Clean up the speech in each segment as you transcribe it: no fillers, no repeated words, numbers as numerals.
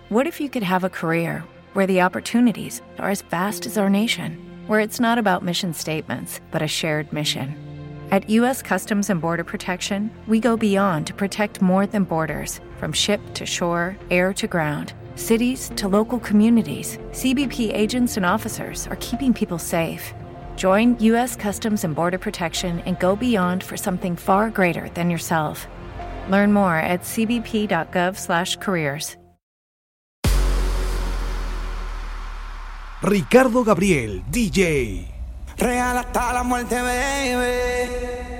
What if you could have a career where the opportunities are as vast as our nation, where it's not about mission statements, but a shared mission? At U.S. Customs and Border Protection, we go beyond to protect more than borders. From ship to shore, air to ground, cities to local communities, CBP agents and officers are keeping people safe. Join U.S. Customs and Border Protection and go beyond for something far greater than yourself. Learn more at cbp.gov/careers. Ricardo Gabriel, DJ. Real hasta la muerte, baby.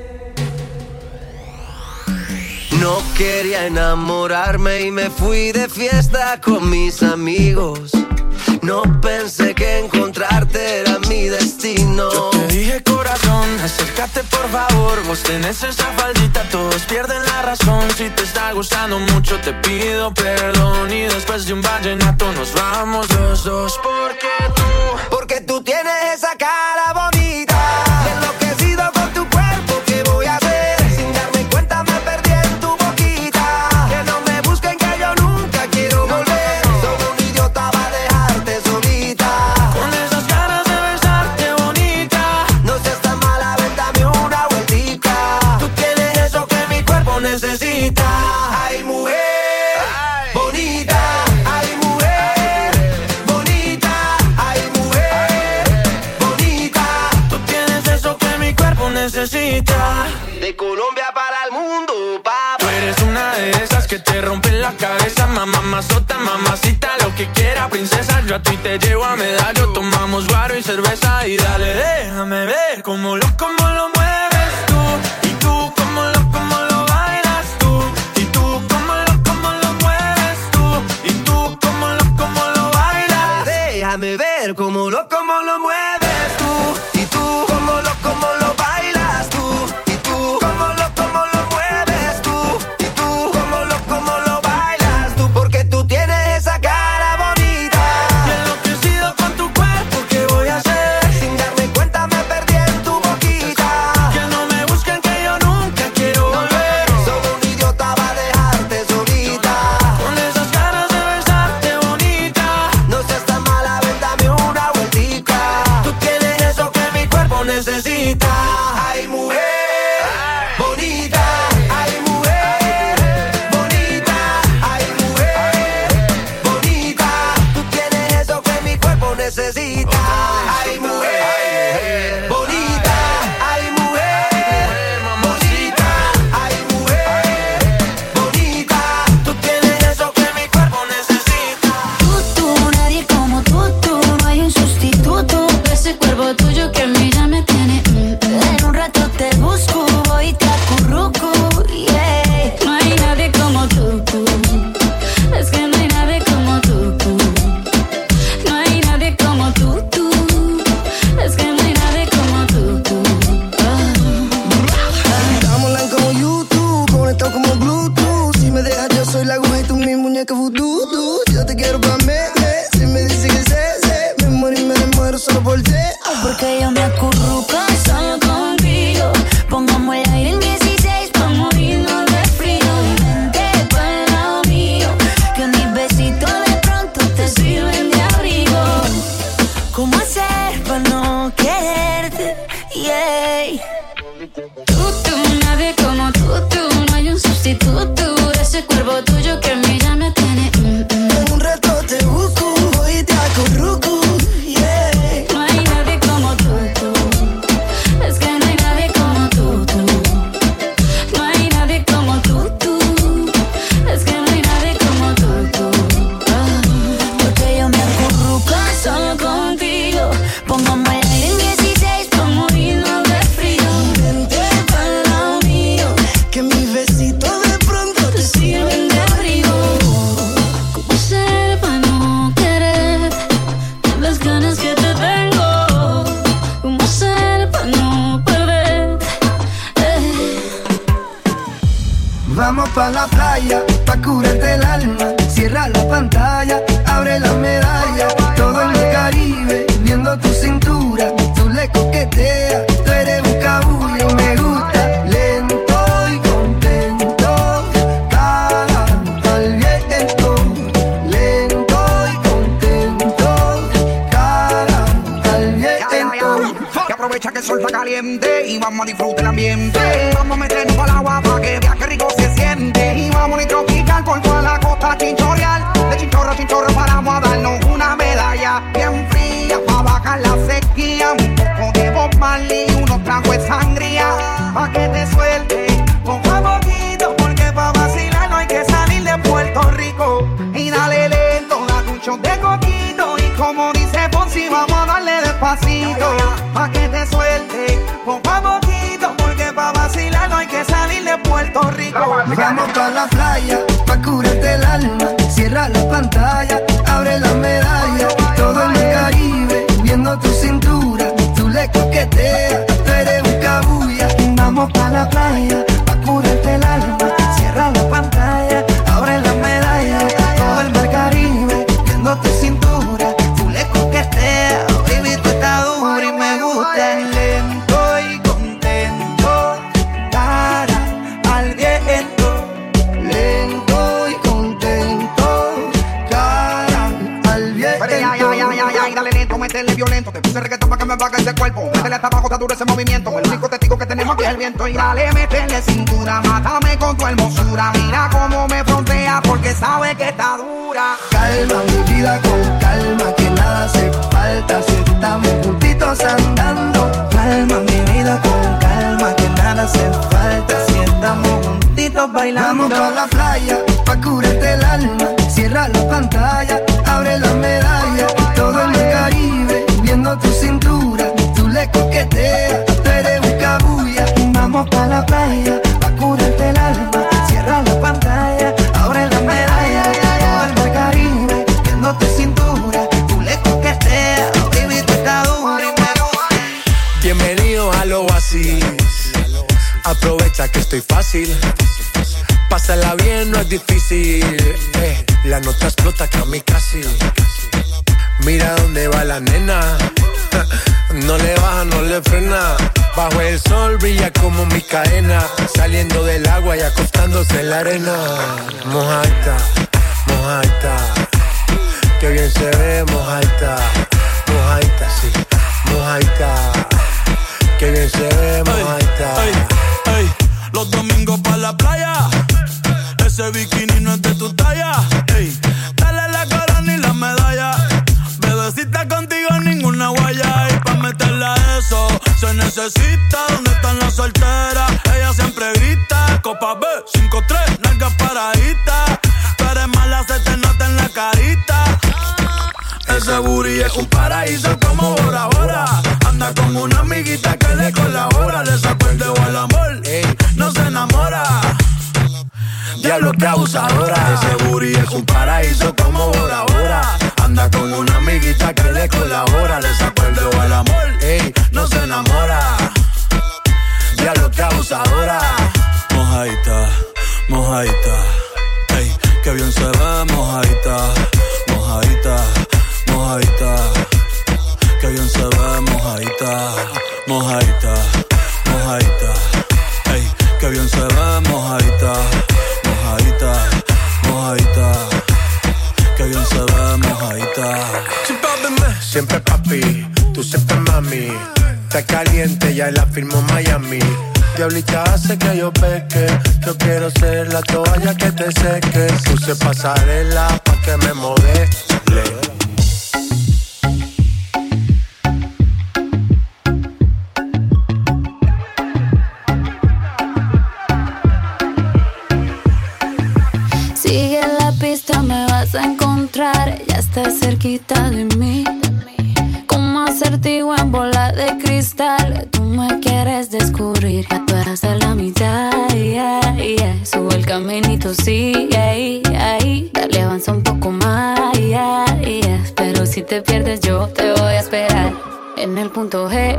No quería enamorarme y me fui de fiesta con mis amigos. No pensé que encontrarte era mi destino. Yo te dije, corazón, acércate por favor. Vos tenés esa faldita, todos pierden la razón. Si te está gustando mucho te pido perdón. Y después de un vallenato nos vamos los dos. Porque tú tienes esa cara bonita. Y enloquecido con tu cuerpo, ¿qué voy a hacer? Sin darme cuenta me perdí en tu boquita. Que no me busquen que yo nunca quiero volver. Soy un idiota para dejarte solita. Con esas ganas de besarte bonita. No seas tan mala, ven, dame una vueltica. Tú tienes eso que mi cuerpo necesita. Ay, mujer bonita. Ay, mujer bonita. Ay, mujer bonita. Tú tienes eso que mi cuerpo necesita. De Colombia para el mundo, papá. Tú eres una de esas que te rompen la cabeza. Mamazota, mamacita, lo que quiera, princesa. Yo a ti te llevo a medallo. Tomamos guaro y cerveza. Y dale, déjame ver cómo lo mueves tú. Y tú, cómo lo bailas tú. Y tú, cómo lo mueves tú. Y tú, cómo lo bailas. Déjame ver cómo lo mueves tú. Y tú, cómo lo bailas tú. Y tú, cómo lo mueves tú. Y tú, cómo lo bailas tú. Porque tú tienes esa cara bonita. Y enloquecido con tu cuerpo, ¿qué voy a hacer? Sin darme cuenta me perdí en tu boquita. Que no me busquen que yo nunca quiero volver. Soy un idiota para dejarte solita. Con esas ganas de besarte bonita. No seas tan mala, ven, dame una vueltica. Tú tienes eso que mi cuerpo necesita. Ay, mujer bonita. Ay, mujer bonita. Ay, mujer bonita. Tú tienes eso que mi cuerpo necesita. Ay, mujer bonita. Ay, mujer bonita. Ay, mujer bonita. Tú tienes eso que mi cuerpo necesita. Tú, nadie como tú, no hay un sustituto. Ese cuerpo tuyo que a mí ya me tiene. En un rato te busco, voy y te acurruco, yeah. No hay nadie como tú. Es que no hay nadie como tú. No hay nadie como tú. Es que no hay nadie como tú. Estamos online como YouTube, conectados como Bluetooth. Si me dejas yo soy la aguja y tú mi muñeca vudú. Yo te quiero pa' si me dice que sé. Me muero y me muero solo por ti. Porque yo me acurruco solo contigo. Pongamos el aire en 16 pa' morirnos de frío. Y vente pa'l lado mío, que mis besitos de pronto te sirven de abrigo. ¿Cómo hacer pa' no quererte? Yeah. Tú, nadie como tú, no hay un sustituto. Ese cuerpo tuyo que a mí ya me tiene. aprovecha que el sol está caliente y vamos a disfrutar el ambiente. Vamos a meternos al agua para que veas que rico se siente. Y vamos a tropical por toda la costa chinchorreal. De chinchorro a chinchorro paramos a darnos una medalla bien fría para bajar la sequía. Un poco de Bob Marley y unos tragos de sangría pa' que te suelte poco a poquito, porque pa' vacilar no hay que salir de Puerto Rico. Y dale lento, date un shot de coquito y como dice Fonsi vamos a darle despacito pa' que te suelte poco a poquito, porque pa' vacilar no hay que salir de Puerto Rico. Vamos pa' la playa, pa' curarte el alma. Cierra la pantalla, abre la medalla. Todo en el Caribe, viendo tu cintura. Tú le coqueteas, tú eres un cabulla. Vamos pa' la playa, pa' curarte el alma. Cierra la pantalla, abre la medalla. Todo el mar Caribe, viendo tu cintura. Tú le coqueteas, baby, tú estás dura y me gusta. Lento y contento, cara al viento. Lento y contento, cara al viento. Ay, dale lento, métele violento. Te puse reggaetón pa' que me baje ese cuerpo. Métele hasta abajo, está duro ese movimiento. El único testigo que tenemos aquí es el viento. Y dale, métele cintura, mátame con tu hermosura. Mira cómo me frontea porque sabe que está dura. Calma mi vida con calma, que nada hace falta si estamos juntitos andando. Calma mi vida con calma, que nada hace falta si estamos juntitos bailando. Vamos pa' la playa, pa' curarte el alma. Cierra la pantalla, abre la medalla. Todo en el Caribe, viendo tu cintura. Tú le coqueteas, tú eres un cabulla. Vamos pa' la playa, pa' curarte el alma. Cierra la pantalla, abre la medalla. Todo el mar Caribe, viendo tu cintura. Tú le coqueteas, baby, tú estás dura y me gusta. Bienvenido al Oasis. Aprovecha que estoy fácil. Pásala bien, no es difícil. La nota explota kamikaze. Mira dónde va la nena. No le baja, no le frena. Bajo el sol brilla como mi cadena. Saliendo del agua y acostándose en la arena. Mojaita, mojaita. Qué bien se ve, mojaita. Mojaita, sí, mojaita. Qué bien se ve, mojaita. Ey, ey, ey. Los domingos pa' la playa. Ese bikini no es de tu talla. Ey, dale la corona y la medalla. Bebecita, contigo ninguna guaya. Y pa' meterla a eso se necesita. ¿Dónde están las solteras? Ella siempre grita. Copa B, 5-3, nalgas paraditas. Tú eres mala, se te nota en la carita. Ese booty es un paraíso como Bora Bora. Anda con una amiguita que le colabora. Le sacó el dedo al amor, no se enamora. Diablo que abusadora. Ese booty es un paraíso como Bora Bora. Anda con una amiguita que le colabora. Le sacó el dedo al amor, no se enamora. Diablo que abusadora. Mojaita, mojaita. Ey, que bien se ve, mojaita. Mojaita, mojaita. Que bien se ve, mojaita. Mojaita, mojaita. Ey, que bien se ve, mojaita. Mojaita, mojaita. Que bien se ve, mojaita. Siempre papi, tú siempre mami. Está caliente, ya la firmó Miami. Diablita hace que yo peque. Yo quiero ser la toalla que te seque. Puse pasarela pa' que me modele. Sigue la pista, me vas a encontrar. Ya estás cerquita de mí. Como acertijo en bola de cristal. Tú me quieres descubrir. Ya tú eras de la mitad. Sube el caminito, sigue ahí. Dale, avanza un poco más. Pero si te pierdes, yo te voy a esperar en el punto G.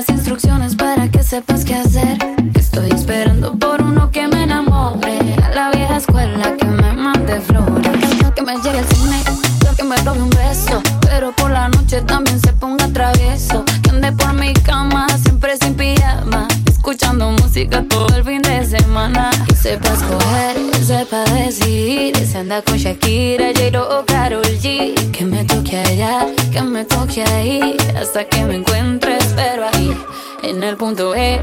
Sepas qué hacer. Estoy esperando por uno que me enamore. A la mi cama, siempre sin pijama, escuchando música todo el fin de semana. Que sepa escoger, que sepa decidir, se anda con Shakira, J-Lo o Karol G. Que me toque allá, que me toque ahí, hasta que me encuentre, espero ahí, en el punto E.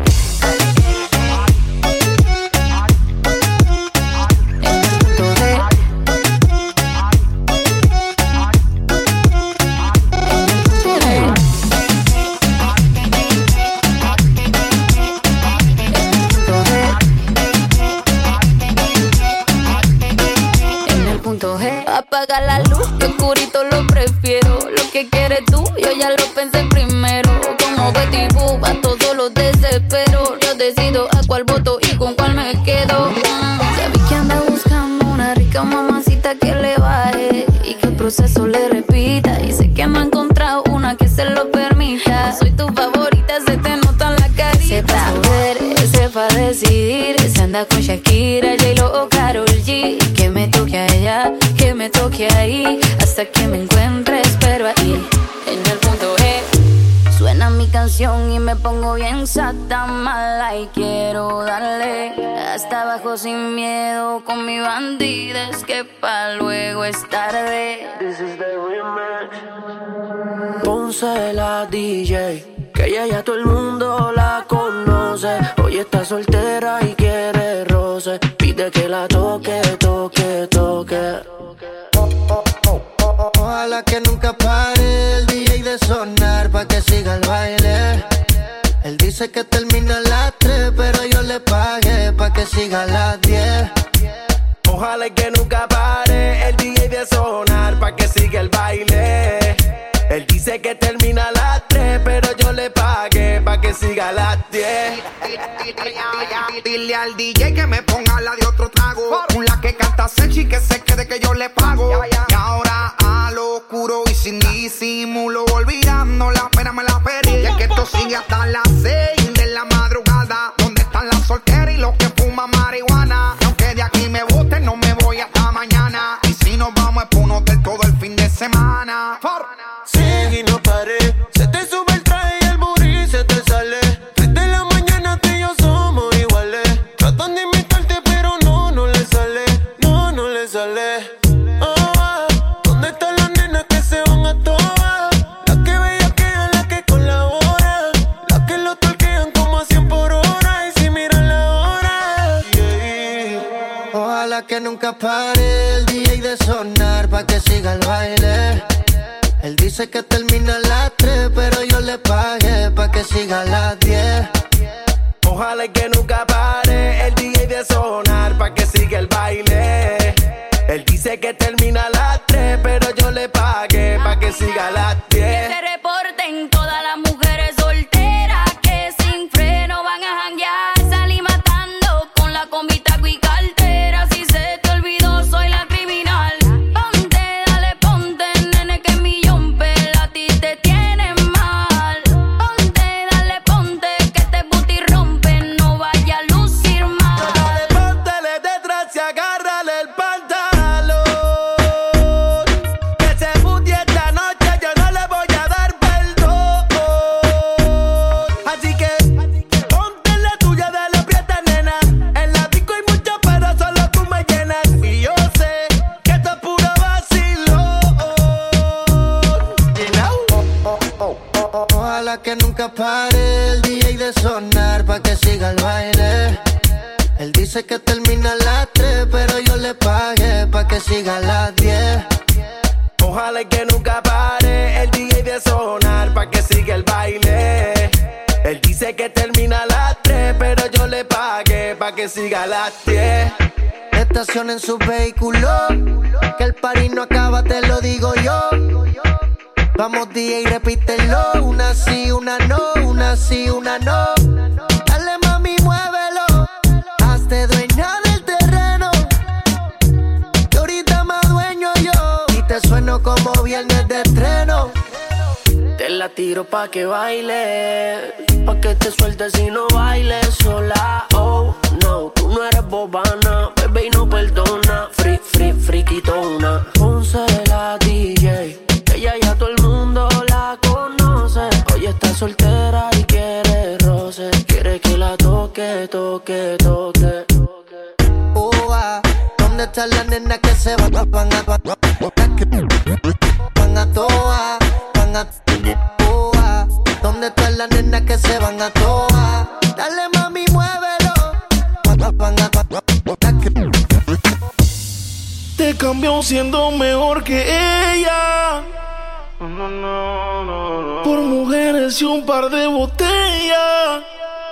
Apaga la luz, que oscurito lo prefiero. Lo que quieres tú, yo ya lo pensé primero. Como Betty Boop, a todos los desespero. Yo decido a cuál voto y con cuál me quedo. Ya vi que anda buscando una rica mamacita que le baje y que el proceso le repita. Y sé que no ha encontrado una que se lo permita. Soy tu favorita, se te nota en la carita. Sepa ver, sepa decidir, se anda con Shakira, J-Lo o Karol G. Que me toque a ella, que me toque ahí, hasta que me encuentre, espero ahí, en el punto E. Suena mi canción y me pongo bien sata mala y quiero darle hasta abajo sin miedo con mi bandida. Es que pa' luego es tarde. This is the remix. Ponce la DJ, que ella ya todo el mundo la conoce. Hoy está soltera y quiere roce. Pide que la toque, toque, toque. Ojalá que nunca pare el DJ de sonar pa' que siga el baile. Él dice que termina a las 3, pero yo le pagué pa' que siga a las 10. Ojalá que nunca pare el DJ de sonar pa' que siga el baile. Él dice que termina a las 3, pero yo le pagué pa' que siga a las 10. Dile al DJ que me ponga la de otro trago, la que canta Sechi, que se quede que yo le pago. Y ahora a lo oscuro y sin disimulo, olvidando la pena me la perdí. Y es que esto sigue hasta las 6 de la madrugada. ¿Dónde están las solteras y los que fuman marihuana? Y aunque de aquí me boten, no me voy hasta mañana. Y si nos vamos es pa' un hotel todo el fin de semana. Sigue y no paré, se te sube el traje y el booty se te sale. 3 de la mañana tú y yo somos iguales. Tratan de imitarte pero no le sale, no le sale. ¿Dónde están las nenas que se van a todas? Las que bellaquean, las que colaboran, las que lo torquean como a 100 por hora. Y si miran la hora, Ojalá que nunca pare el DJ de sonar pa' que siga el baile. Él dice que termina a las 3, pero yo le pagué pa' que siga a las 10. Ojalá que nunca pare el DJ de sonar pa' que siga el baile. Él dice que termina a las 3, pero yo le pagué pa' que siga a las 10. Que se reporten todas las mujeres solteras que sin freno van a janguear. Salí matando con la combi, taco y cartera. Si se te olvidó, soy la criminal. Ponte, dale, ponte, nene, que mi yompe a ti te tiene mal. Ponte, dale, ponte, que este booty rompe, no vaya a lucir mal. Dale, póntele detrás y agárrale el pantalón. Que ese booty esta noche yo no le voy a dar perdón. Así que ponte la tuya, dale, aprieta, nena. En la disco hay mucho, pero solo tú me llenas. Y yo sé que esto es puro vacilón. You know? Ojalá que nunca pare el DJ de sonar pa' que siga el baile. Él dice que termina a las 3, pero yo le pagué pa' que siga a las 10. Ojalá que nunca pare el DJ de sonar pa' que siga el baile. Él dice que termina a las 3, pero yo le pagué pa' que siga a las 10. Estacionen su vehículo, que el party no acaba, te lo digo yo. Vamos DJ, repítelo, una sí, una no, una sí, una no. Dale mami, muévelo, hazte dueña del terreno, que ahorita más dueño yo. Y te sueno como viernes de estreno. te la tiro pa' que baile, pa' que te sueltes y no bailes sola. Oh, no, tú no eres bobana, bebé y no perdona. Friquitona. Ponce la DJ, ella ya todo el mundo la conoce. Hoy está está soltera y quiere roce. Quiere que la toque, toque, toque. ¿Dónde están las nenas que se van a toa? ¿Dónde están las nenas que se van a toa? Dale mami, muévelo. Te cambió siendo mejor que ella. Por mujeres y un par de botellas.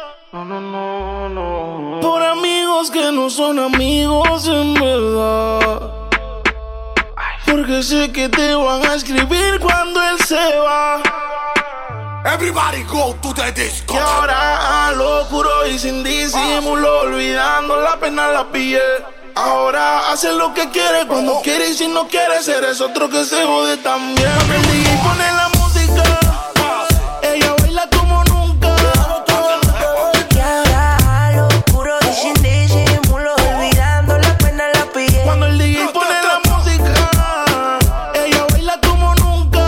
Por amigos que no son amigos en verdad. Porque sé que te van a escribir cuando él se va. Everybody go to the disco. Y ahora a lo puro y sin disimulo, olvidando la pena la pillé. Ahora hace lo que quiere cuando quiere y si no quiere ser es otro que se jode también. El DJ pone la música, ella baila como nunca. Y ahora a lo puro y sin disimulo, olvidando la pena la pillé. Cuando el DJ pone la música, ella baila como nunca.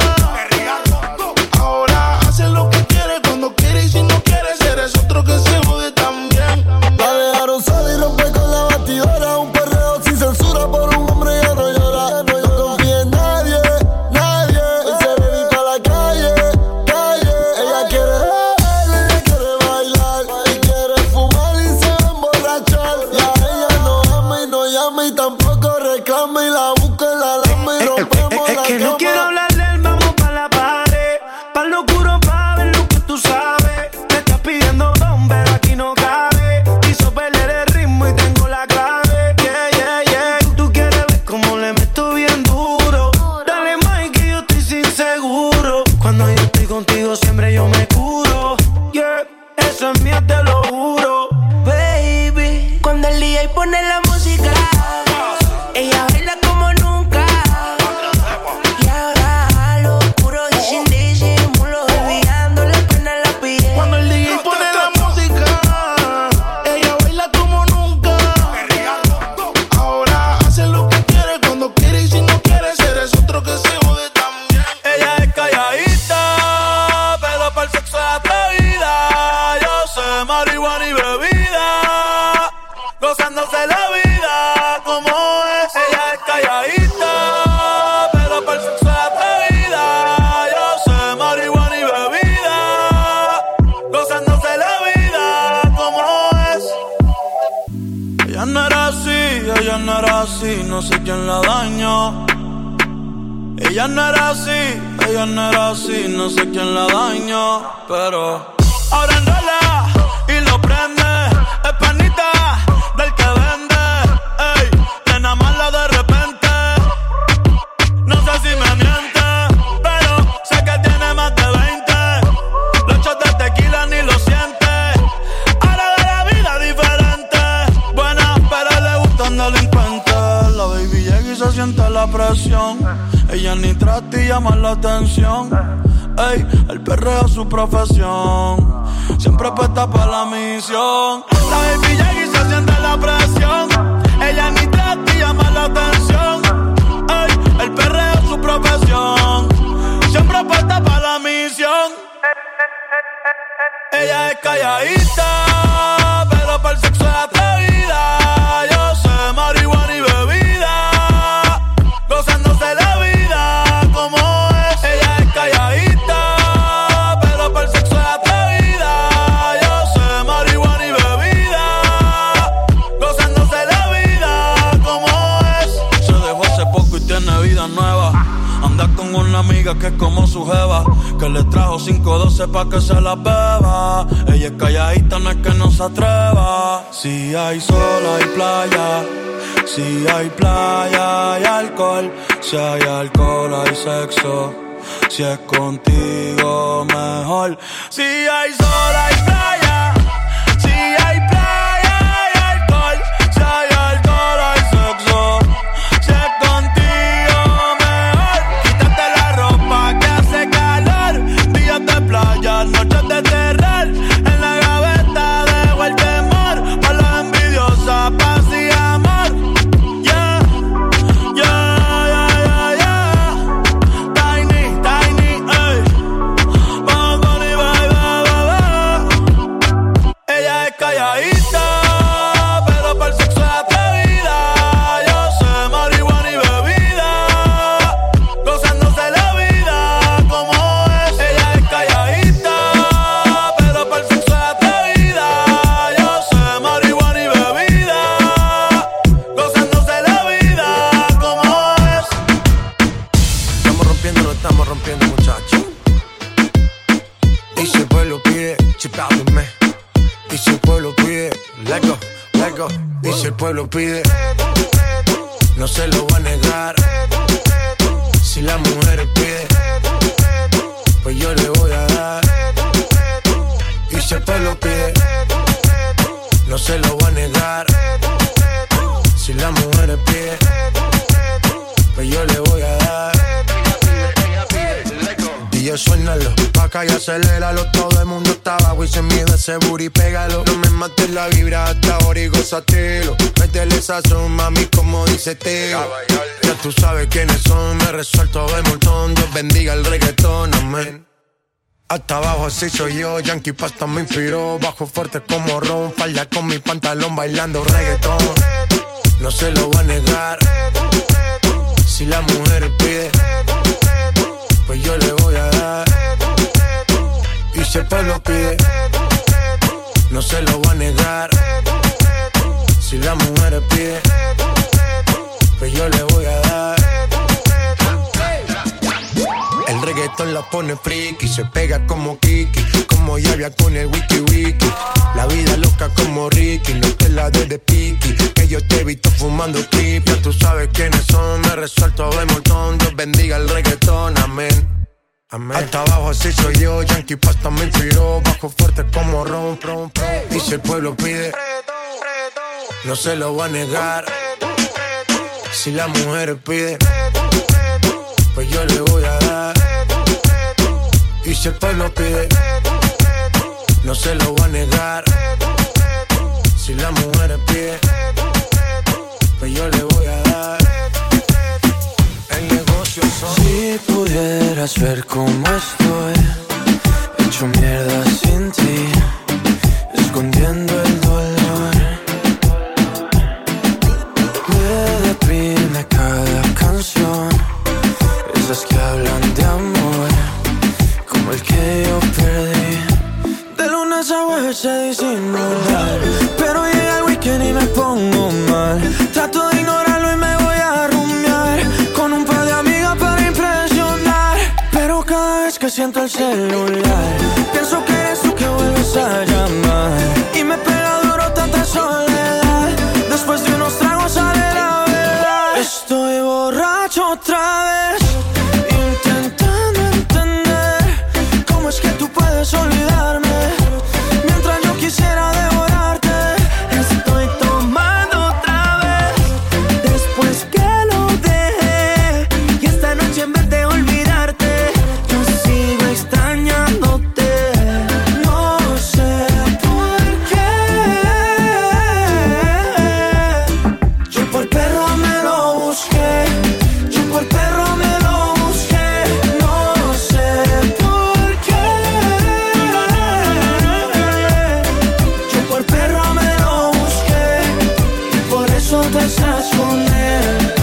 Ahora hace lo que quiere cuando quiere y si no quiere ser es otro que se jode también. La dejaron sola y rompe con la batidora. Un perreo sin censura por un hombre ya no llora. No confía en nadie, nadie. Hoy se debe ir pa' la calle, calle. Ella quiere bailar y quiere fumar y se va a emborrachar. Y a ella no ama y no llama y tampoco reclama y la busca en la lama y rompemos la que cama. no quiero hablarle, vamos pa' la pared, pa' lo oscuro pa' ver lo que tú sabes. Me estás pidiendo don, pero aquí no cabe. Hizo perder el ritmo y tengo la clave. Yeah, yeah, yeah. Tú quieres ver cómo le meto bien duro. Dale más que yo estoy sin seguro. Cuando yo estoy contigo siempre yo me curo. Yeah, eso es mío, te lo juro. Baby, cuando el DJ pone la música, ella baila como nunca. Y ahora a lo puro y sin disimulo, olvidando la pena la pillé. Cuando el DJ pone la música, ella baila como nunca. Ahora hace lo que quiere cuando quiere y si no quiere ser es otro que se jode también. Ella es calladita, pero para el sexo es atrevida. Yo sé marihuana y bebida, gozándose la vida como es. Ella es calladita, pero para el sexo es atrevida. Yo sé marihuana y bebida, gozándose la vida como es. Ella no era así, no sé quién la dañó. Ella no era así, no sé quién la dañó. Pero ahora enrola y lo prende, es panita del que vende. Ey, nena mala de repente, no sé si me miente, pero sé que tiene más de 20. Los shots de tequila ni lo siente. Ahora de la vida diferente, buena pero le gustan delincuentes. La baby llega y se siente la presión. Ella ni trata y llama la atención. Ey, el perreo es su profesión. Siempre puesta para la misión. La baby llega y se siente la presión. Ella ni trata y llama la atención. Ey, el perreo es su profesión. Siempre puesta para la misión. Ella es calladita, pero para el sexo es atrevida. Yo sé marihuana y bebida, gozándose la vida como es. Ella es calladita, pero para el sexo es atrevida. Yo sé marihuana y bebida, gozándose la vida como es. Se dejó hace poco y tiene vida nueva. Anda con una amiga que es como su jeva, que le trajo 512 pa' que se la beba. Ella es calladita, no es que no se atreva. Si hay sol, hay playa. Si hay playa, hay alcohol. Si hay alcohol, hay sexo. Si es contigo, mejor. Si hay sol, hay playa. Si hay playa, hay alcohol. Si hay alcohol, hay sexo. Si es contigo, mejor. Quítate la ropa que hace calor. Días de playa, noches de terror. En la gaveta dejo el temor. Pa' las envidiosas, paz y amor. Yeah, yeah, yeah, yeah, yeah. Tiny, ey. Vamos, Bunny, baby. pide, chipándome. Y si el pueblo pide, let go, let go. Y si el pueblo pide, no se lo va a negar. Si la mujer pide, pues yo le voy a dar. Y si el pueblo pide, no se lo va a negar. Si la mujer pide, pues yo le voy a dar. DJ suénalo, pa' acá y aceléralo. Todo el mundo está abajo y se mide ese booty, pégalo. No me mates la vibra hasta ahora y gózatelo. Métele sazón, mami, como dice Teo. Ya tú sabes quiénes son, me resuelto de montón. Dios bendiga el reggaetón, amén. Hasta abajo así soy yo, Yankee Pasta me inspiró. Bajo fuerte como Ron, falda con mi pantalón bailando reggaetón. No se lo va a negar. Si la mujer pide, pues yo le voy a dar. Y si el pueblo pide, no se lo va a negar. Si la mujer pide, pues yo le voy a dar. El reggaetón la pone friki, se pega como Kiki, como Yavia con el wiki wiki. La vida loca como Ricky, no te la des de piqui, que yo te he visto fumando clip. Ya tú sabes quiénes son, me resuelto de montón. Dios bendiga el reggaetón, amén. Amén. Hasta abajo así soy yo, Yankee Pasta me inspiró. Bajo fuerte como Ron, Ron, Ron. Y si el pueblo pide, no se lo va a negar. Si la mujer pide, pues yo le voy a dar. Y si el pueblo pide, no se lo va a negar. Si la mujer pide, pues yo le voy a dar. El negocio son. Si pudieras ver cómo estoy, hecho mierda sin ti, escondiendo el dolor. Me deprime cada canción, esas que hablan de amor, como el que yo perdí. De lunes a jueves se disimular, pero llega el weekend y me pongo mal. Trato de ignorarlo y me voy a rumiar con un par de amigas para impresionar. Pero cada vez que siento el celular, pienso que eres tú que vuelves a llamar. Y me pega duro tanta soledad, después de unos tragos sale la verdad. Estoy borracho otra vez, intentando entender cómo es que tú puedes olvidarme mientras yo quisiera devorarte. Estoy tomando otra vez después que lo dejé, y esta noche en vez de olvidarte yo sigo extrañándote. No sé por qué, yo por perro me lo busqué, yo por perro me lo busqué. No sé por qué, yo por perro me lo busqué, y por eso te estás con él.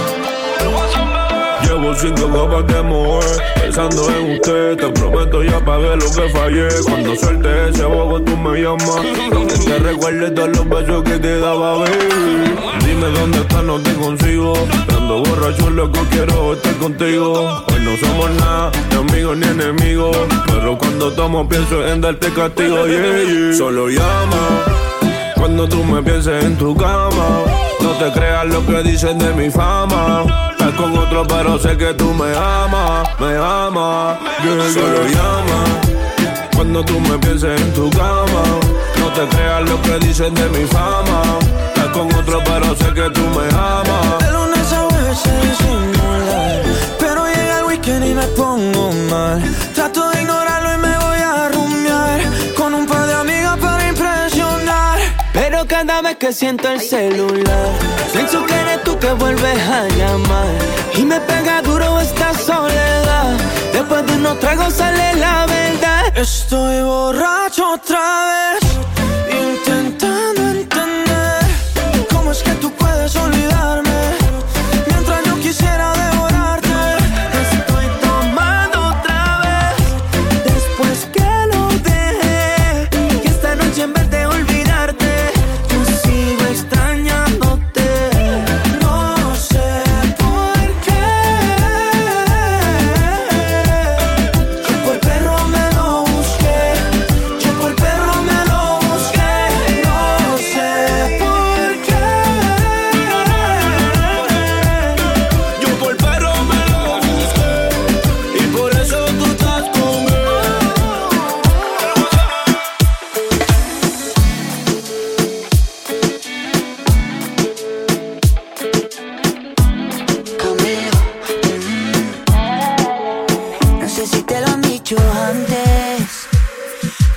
Llevo 5 copas de mujer, pensando en usted. Te prometo ya pagué lo que fallé. Cuando suelte ese bobo tú me llamas, donde te recuerdes todos los besos que te daba, baby. Dime dónde estás, no te consigo. Ando borracho, loco, quiero estar contigo. Hoy no somos nada, ni amigos ni enemigos, pero cuando tomo pienso en darte castigo, yeah, yeah. Solo llama cuando tú me pienses en tu cama. No te creas lo que dicen de mi fama. Estás con otro pero sé que tú me amas, yeah. Solo llama cuando tú me pienses en tu cama. No te creas lo que dicen de mi fama. Estás con otro pero sé que tú me amas. De lunes a jueves se disimular, pero llega el weekend y me pongo mal. Trato de ignorarlo y me voy a rumiar con un par de amigas para impresionar. Pero cada vez que siento el celular, pienso que eres tú que vuelves a llamar. Y me pega duro esta soledad, después de unos tragos sale la verdad. Estoy borracho otra vez, intentando entender cómo es que tú puedes olvidarme mientras yo quisiera devorarte. Estoy tomando otra vez después que lo dejé, y esta noche en vez de olvidarte yo sigo extrañándote. No sé por qué, yo por perro me lo busqué, yo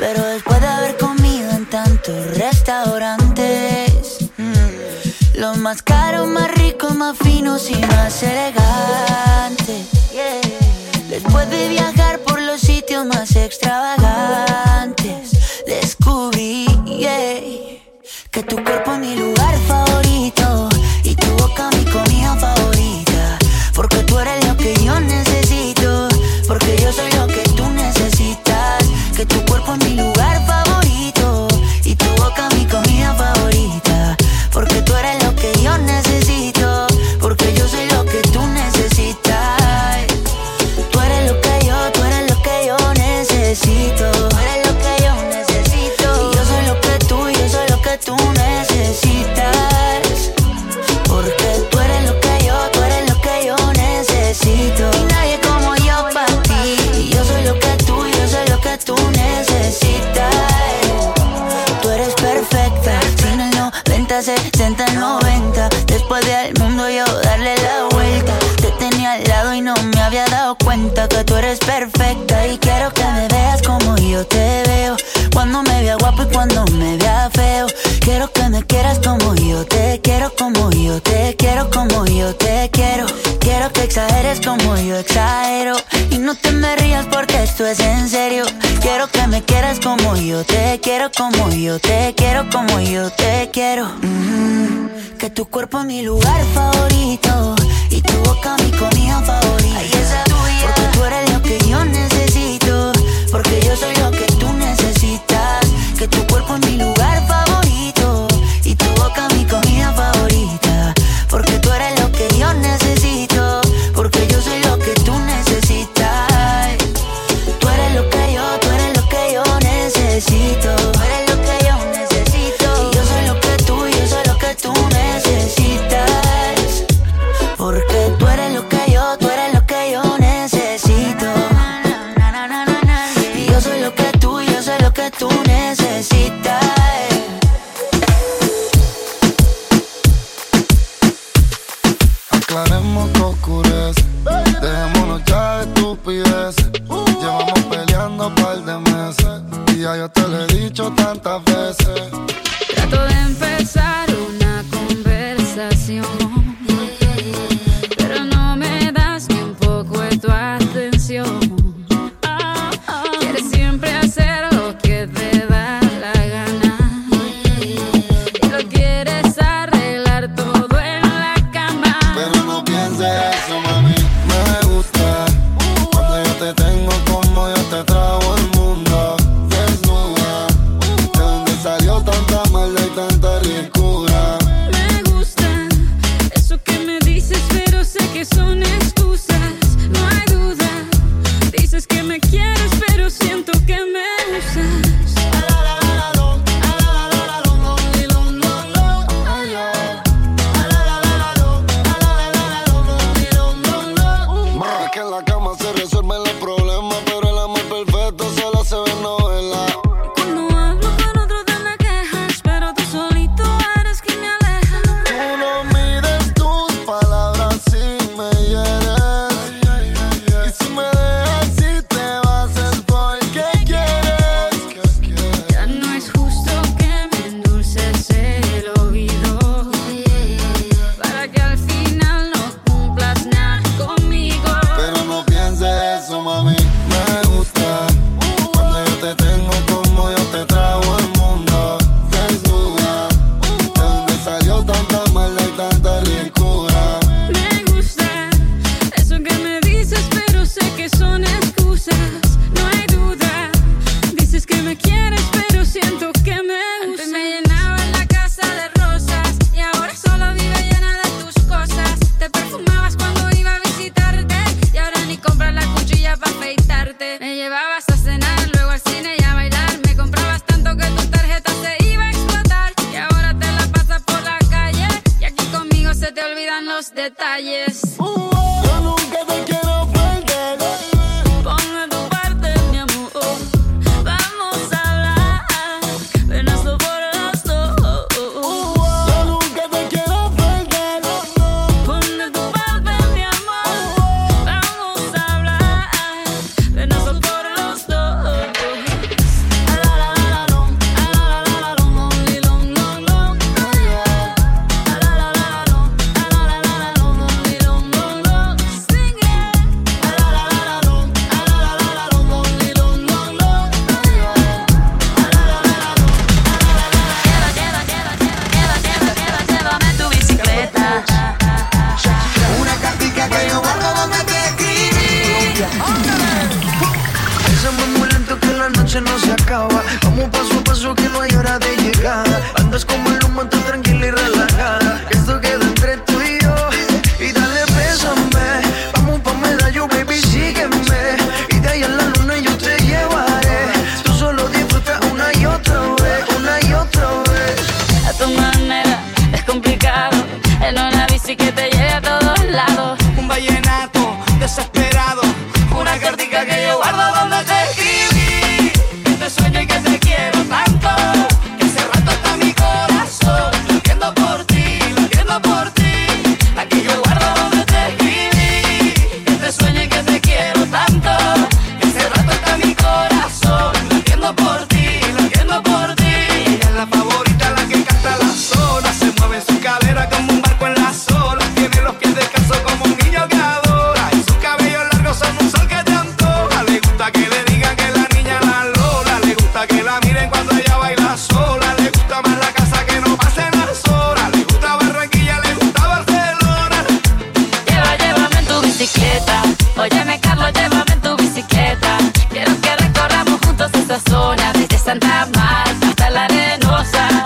Pero después de haber comido en tantos restaurantes, los más caros, más ricos, más finos y más elegantes, después de viajar por los sitios más extravagantes, descubrí que tu cuerpo es mi lugar favorito y tu boca mi comida favorita. Porque tú eres lo que yo necesito, porque yo soy lo que tú necesitas. Que tu cuerpo es mi lugar favorito y tu boca mi comida favorita. Porque tú eres lo que yo necesito, porque yo soy lo que tú necesitas. Tú eres lo que yo, tú eres lo que yo necesito. Tú eres lo que yo necesito. Y yo soy lo que tú, yo soy lo que tú necesitas. Porque tú eres lo que yo, tú eres lo que yo necesito. Y nadie como yo para ti. Y yo soy lo que tú, yo soy lo que tú necesitas. Tú eres perfecta, sin el 90, 60, 90. Después del mundo yo darle la vuelta. Te tenía al lado y no me había dado cuenta que tú eres perfecta. Y quiero que me veas como yo te veo, cuando me vea guapo y cuando me vea feo. Quiero que me quieras como yo te quiero, como yo te quiero, como yo te quiero. Quiero que exageres como yo exagero. Y no te me rías porque esto es en serio. Quiero que me quieras como yo te quiero, como yo te quiero, como yo te quiero. Que tu cuerpo es mi lugar favorito y tu boca mi comida favorita. Ay, esa tuya. Porque tú eres lo que yo necesito, porque yo soy lo que tú necesitas. Que tu cuerpo es mi lugar favorito y tu boca mi comida favorita. Porque tú eres lo que yo necesito, porque yo soy lo que tú necesitas. Tú eres lo que yo, tú eres lo que yo necesito. Tú eres lo que yo necesito. Y yo soy lo que tú, yo soy lo que tú necesitas. Porque tú eres lo que yo, tú eres lo que yo necesito. Y yo soy lo que tú, yo soy lo que tú necesitas. Aclaremos que oscurece, dejémonos ya de estupideces. Llevamos peleando un par de meses y ya yo te lo he dicho tantas veces. Trato de empezar una conversación, pero no me das ni un poco de tu atención. Quieres siempre hacer lo que te da la gana y lo quieres arreglar todo en la cama. Pero no pienses eso, mami. Me gusta cuando yo te tengo como yo te trago el mundo. Desnuda, de donde salió tanta maldad y tanta ricura. Me gustan paso a paso que no hay hora de llegar. Andas como el humo, tú tranquila y relajada. Que esto queda entre tú y yo. Y dale, bésame. Vamos pa' medallo, baby, sígueme. Y de ahí a la luna yo te llevaré. Tú solo disfruta una y otra vez, una y otra vez. A tu manera es complicado. En una bici que te lleve a todos lados. Un vallenato desesperado. Una cartica que yo guardo donde te escribí. Que te sueño y que te quiero tanto. Que hace rato está mi corazón latiendo por ti, latiendo por ti. Aquí yo guardo donde te escribí. Que te sueño y que te quiero tanto. Que hace rato está mi corazón latiendo por ti, latiendo por ti. Ella es la favorita, la que canta la sola. Se mueve en su cadera como un barco en las olas. Tiene los pies descalzos como un niño que adora. Y sus cabellos largos son un sol que te antoja. Le gusta que le digan que la niña la Lola. Le gusta que la miren cuando ella baila sola. Le gusta más la casa que no pasen las horas. Le gusta Barranquilla, le gusta Barcelona. Llévame en tu bicicleta. Óyeme, Carlos, llévame en tu bicicleta. Quiero que recorramos juntos esta zona. Desde Santa Marta hasta La Arenosa.